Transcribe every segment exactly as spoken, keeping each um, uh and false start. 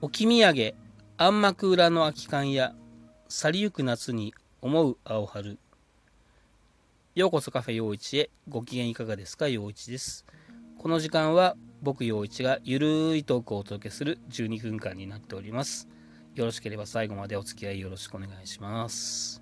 置き土産、暗幕裏の空き缶や、去りゆく夏に思う青春。ようこそカフェ陽一へ。ご機嫌いかがですか？陽一です。この時間は僕陽一がゆるいトークをお届けするじゅうにふんかんになっております。よろしければ最後までお付き合いよろしくお願いします。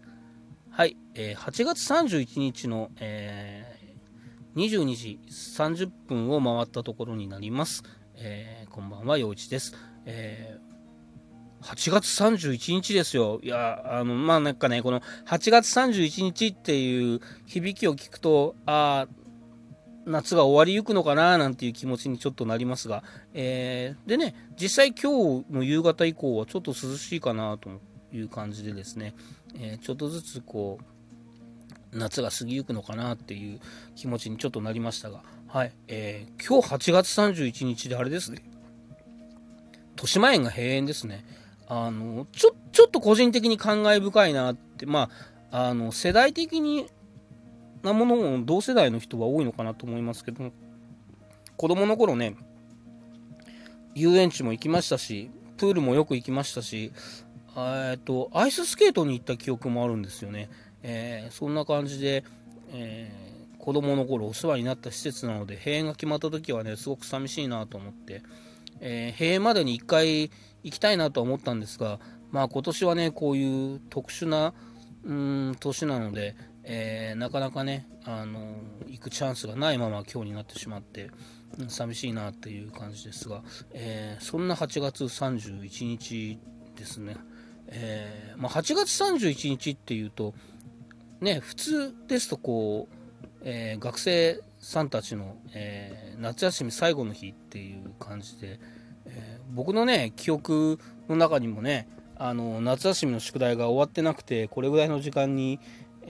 はい、えー、はちがつさんじゅういちにちの、えー、にじゅうにじさんじゅっぷんを回ったところになります。えー、こんばんは、陽一です。えーはちがつさんじゅういちにちですよ。いや、あの、まあなんかね、このはちがつさんじゅういちにちっていう響きを聞くと、ああ、夏が終わりゆくのかななんていう気持ちにちょっとなりますが、えー、でね、実際今日の夕方以降はちょっと涼しいかなという感じでですね、えー、ちょっとずつこう、夏が過ぎゆくのかなっていう気持ちにちょっとなりましたが、はい、えー、今日はちがつさんじゅういちにちであれですね、豊島園が閉園ですね。あのちょちょっと個人的に感慨深いなって、まあ、あの世代的になものも同世代の人は多いのかなと思いますけど、子供の頃ね、遊園地も行きましたし、プールもよく行きましたし、えーとアイススケートに行った記憶もあるんですよね。えー、そんな感じで、えー、子供の頃お世話になった施設なので、閉園が決まった時はね、すごく寂しいなと思って、えー、閉園までにいっかい行きたいなとは思ったんですが、まあ、今年はね、こういう特殊なうーん年なので、えー、なかなかね、あのー行くチャンスがないまま今日になってしまって、うん、寂しいなっていう感じですが、えー、そんなはちがつさんじゅういちにちですね。えーまあ、はちがつさんじゅういちにちっていうと、ね、普通ですとこう、えー学生さんたちの、えー夏休み最後の日っていう感じで、えー僕のね記憶の中にもね、あの夏休みの宿題が終わってなくて、これぐらいの時間に、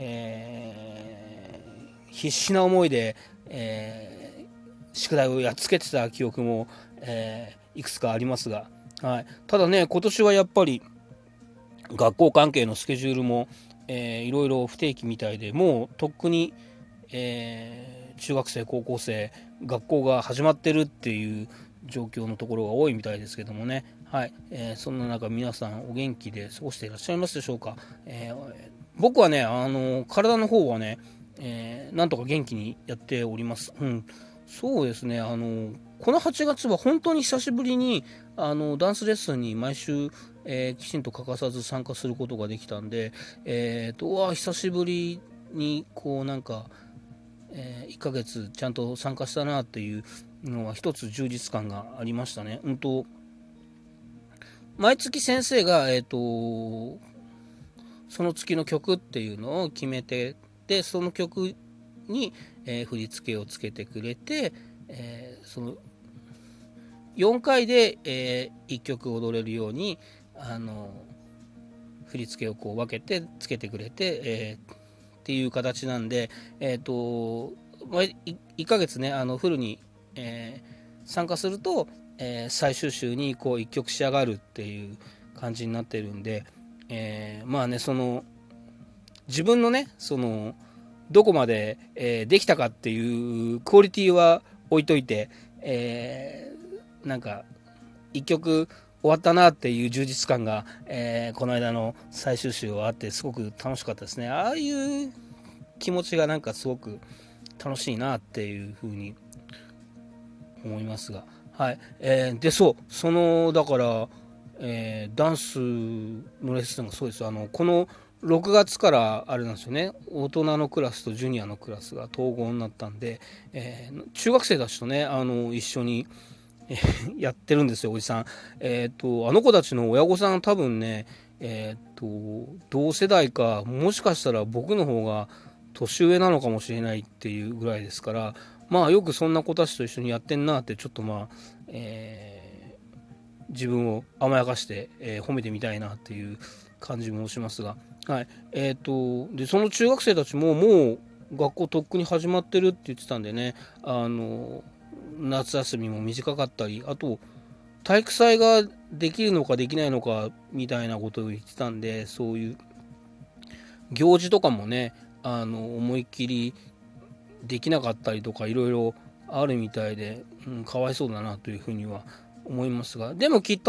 えー必死な思いで、えー宿題をやっつけてた記憶も、えーいくつかありますが、はい、ただね、今年はやっぱり学校関係のスケジュールも、えーいろいろ不定期みたいで、もうとっくに、えー中学生高校生学校が始まってるっていう状況のところが多いみたいですけどもね、はい、えーそんな中皆さんお元気で過ごしていらっしゃいますでしょうか。えー僕はね、あの体の方はね、えーなんとか元気にやっております。うん、そうですね、あのこのはちがつは本当に久しぶりにあのダンスレッスンに毎週、えーきちんと欠かさず参加することができたんで、えーとうわ久しぶりにこうなんか、えーいっかげつちゃんと参加したなっていうのは一つ充実感がありましたね。うんと毎月先生が、えーとその月の曲っていうのを決めて、でその曲に、えー振り付けをつけてくれて、えーそのよんかいで、えーいっきょく踊れるようにあの振り付けをこう分けてつけてくれて、えーっていう形なんで、えっ、とまあ、いっかげつね、あのフルに、えー参加すると、えー最終週にこういっきょく仕上がるっていう感じになってるんで、えーまあね、その自分のね、そのどこまで、えーできたかっていうクオリティは置いといて、えーなんかいっきょく終わったなっていう充実感が、えーこの間の最終週はあって、すごく楽しかったですね。ああいう気持ちがなんかすごく楽しいなっていうふうに思いますが、はい、えーでそうそのだから、えーダンスのレッスンがそうです。あのこのろくがつからあれなんですよね、大人のクラスとジュニアのクラスが統合になったんで、えー中学生たちとね、あの一緒にやってるんですよ、おじさん。えっ、とあの子たちの親御さん多分ね、えっ、と同世代か、もしかしたら僕の方が年上なのかもしれないっていうぐらいですから、まあよくそんな子たちと一緒にやってんなって、ちょっとまあ、えー自分を甘やかして、えー褒めてみたいなっていう感じもしますが、はい、えっ、とでその中学生たちももう学校とっくに始まってるって言ってたんでね、あの夏休みも短かったり、あと体育祭ができるのかできないのかみたいなことを言ってたんで、そういう行事とかもね、あの思いっきりできなかったりとかいろいろあるみたいで、うん、かわいそうだなというふうには思いますが、でもきっとね、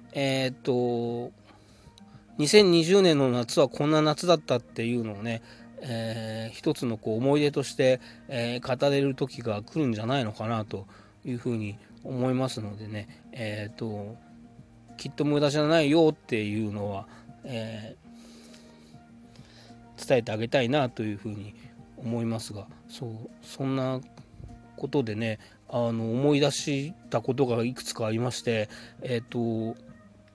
えー、っとにせんにじゅうねんの夏はこんな夏だったっていうのをね、えー、一つのこう思い出として、えー、語れる時が来るんじゃないのかなというふうに思いますのでね、えー、ときっと無駄じゃないよっていうのは、えー、伝えてあげたいなというふうに思いますが、そうそんなことでね、あの思い出したことがいくつかありまして、えっ、ー、と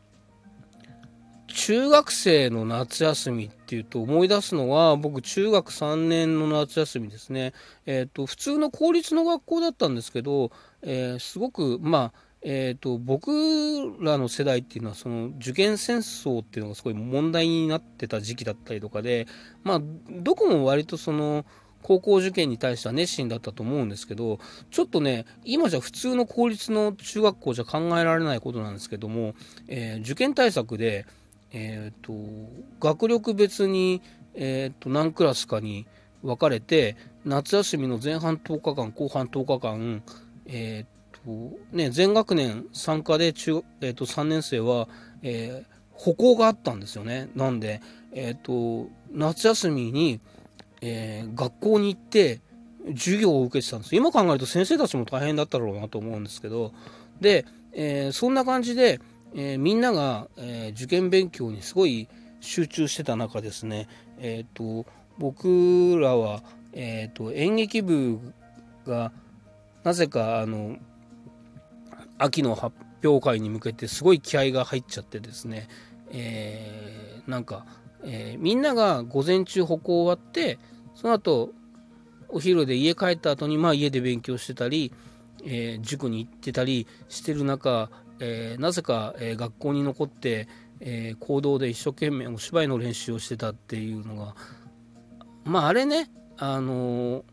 中学生の夏休みっていうと思い出すのは、僕中学さんねんの夏休みですね。えっ、ー、と普通の公立の学校だったんですけど、えー、すごくまあえー、と僕らの世代っていうのはその受験戦争っていうのがすごい問題になってた時期だったりとかで、まあどこも割とその高校受験に対しては熱心だったと思うんですけど、ちょっとね今じゃ普通の公立の中学校じゃ考えられないことなんですけども、えー、受験対策でえー、と学力別に、えー、と何クラスかに分かれて、夏休みの前半とおかかん後半とおかかん、えーとね、全学年参加で中、えー、とさんねん生は、えー、歩行があったんですよね。なんで、えー、と夏休みに、えー、学校に行って授業を受けてたんです。今考えると先生たちも大変だったろうなと思うんですけど、で、えー、そんな感じでえー、みんなが、えー、受験勉強にすごい集中してた中ですね、えー、と僕らは、えー、と演劇部がなぜかあの秋の発表会に向けてすごい気合が入っちゃってですね、えー、なんか、えー、みんなが午前中歩行終わってその後お昼で家帰った後にまあ家で勉強してたり、えー、塾に行ってたりしてる中、えー、なぜか、えー、学校に残って、えー、講堂で一生懸命お芝居の練習をしてたっていうのが、まああれね、あのー、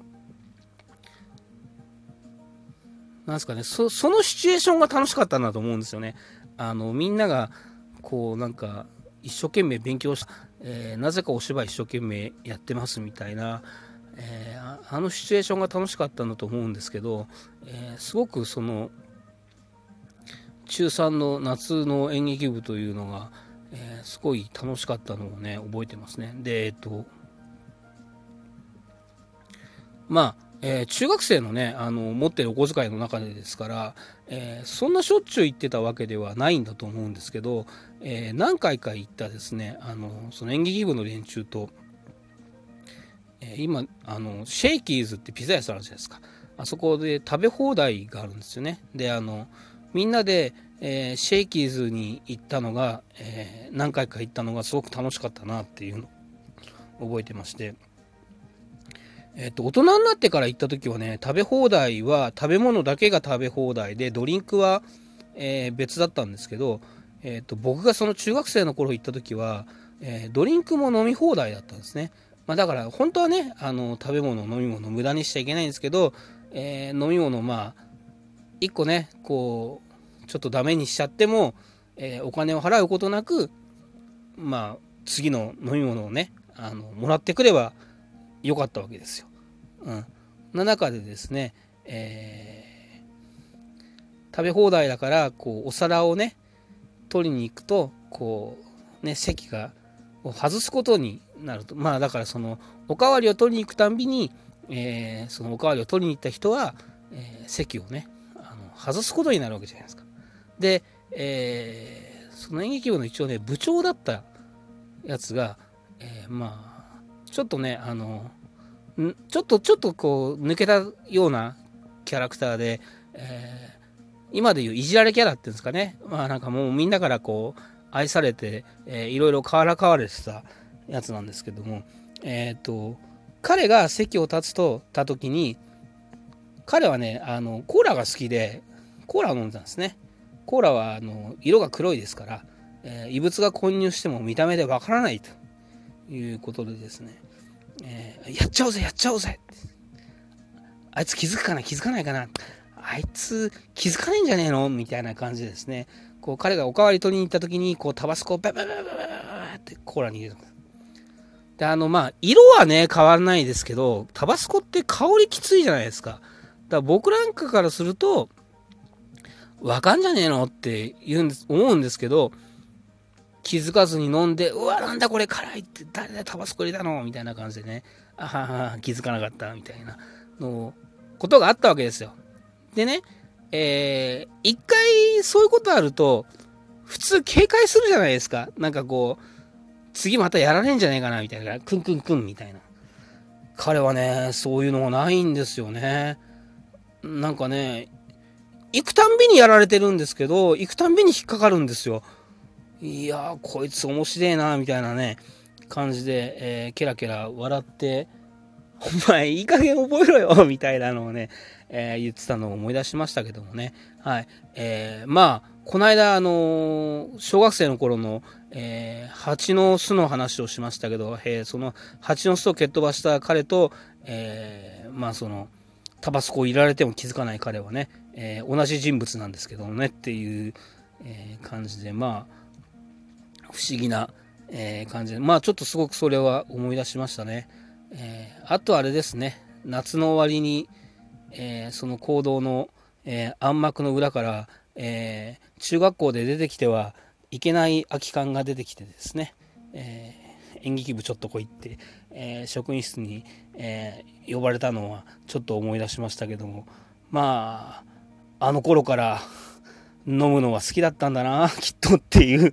なんですかね、そ、そのシチュエーションが楽しかったなと思うんですよね。あのみんながこうなんか一生懸命勉強し、えー、なぜかお芝居一生懸命やってますみたいな、えー、あのシチュエーションが楽しかったんだと思うんですけど、えー、すごくその中さんの夏の演劇部というのが、えー、すごい楽しかったのをね覚えてますね。でえっとまあ、えー、中学生のねあの持ってるお小遣いの中でですから、えー、そんなしょっちゅう行ってたわけではないんだと思うんですけど、えー、何回か行ったですねあのその演劇部の連中と、えー、今あのシェイキーズってピザ屋さんあるじゃないですか。あそこで食べ放題があるんですよね。であのみんなで、えー、シェイキーズに行ったのが、えー、何回か行ったのがすごく楽しかったなっていうのを覚えてまして、えー、と大人になってから行った時はね食べ放題は食べ物だけが食べ放題でドリンクは、えー、別だったんですけど、えー、と僕がその中学生の頃行った時は、えー、ドリンクも飲み放題だったんですね。まあ、だから本当はねあの食べ物飲み物無駄にしちゃいけないんですけど、えー、飲み物まあいっこねこうちょっとダメにしちゃっても、えー、お金を払うことなくまあ次の飲み物をねあのもらってくればよかったわけですよ。うん、な中でですね、えー、食べ放題だからこうお皿をね取りに行くとこうね席が外すことになると、まあだからそのおかわりを取りに行くたんびに、えー、そのおかわりを取りに行った人は、えー、席をねあの外すことになるわけじゃないですか。で、えー、その演劇部の一応ね部長だったやつが、えー、まあちょっとねあのちょっとちょっとこう抜けたようなキャラクターで、えー、今でいういじられキャラっていうんですかね、まあなんかもうみんなからこう愛されて、えー、いろいろからかわれてたやつなんですけども、えっと彼が席を立つとた時に彼はねあのコーラが好きでコーラを飲んでたんですね。コーラはあの色が黒いですから、えー、異物が混入しても見た目でわからないということでですね、えー、やっちゃおうぜやっちゃおうぜあいつ気づくかな気づかないかなあいつ気づかないんじゃねえのみたいな感じでですね、こう彼がおかわり取りに行った時にこうタバスコをババババババってコーラに入れる。であのまあ色はね変わらないですけどタバスコって香りきついじゃないですか。だから僕なんかからするとわかんじゃねえのって言うんです思うんですけど、気づかずに飲んで、うわなんだこれ辛いって、誰だタバスコ入れたのみたいな感じでね、あはは気づかなかったみたいなのことがあったわけですよ。でね、えー、一回そういうことあると普通警戒するじゃないですか。なんかこう次またやられんじゃねえかなみたいな、クンクンクンみたいな。彼はねそういうのがないんですよね。なんかね行くたんびにやられてるんですけど、行くたんびに引っかかるんですよ。いやーこいつ面白いなみたいなね感じで、えー、ケラケラ笑って、お前いい加減覚えろよみたいなのをね、えー、言ってたのを思い出しましたけどもね。はい。えー、まあこの間あのー、小学生の頃の、えー、蜂の巣の話をしましたけど、えー、その蜂の巣を蹴っ飛ばした彼と、えー、まあそのタバスコを入れられても気づかない彼はね、えー、同じ人物なんですけどもねっていう、えー、感じで、まあ不思議な、えー、感じで、まあちょっとすごくそれは思い出しましたね。えー、あとあれですね、夏の終わりに、えー、その行動の、えー、暗幕の裏から、えー、中学校で出てきてはいけない空き缶が出てきてですね、えー、演劇部ちょっと来いって、えー、職員室に、えー、呼ばれたのはちょっと思い出しましたけども、まああの頃から飲むのは好きだったんだなきっとっていう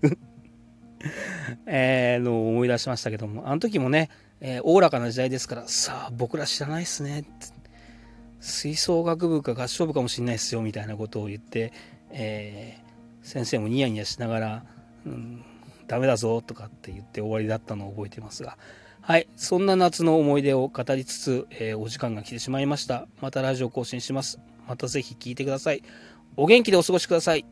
えー、のを思い出しましたけども、あの時もねおお、らかな時代ですから、さあ僕ら知らないっすね、吹奏楽部か合唱部かもしれないっすよみたいなことを言って、えー、先生もニヤニヤしながら、うん、ダメだぞとかって言って終わりだったのを覚えていますが、はい、そんな夏の思い出を語りつつ、えー、お時間が来てしまいました。またラジオ更新します。またぜひ聞いてください。お元気でお過ごしください。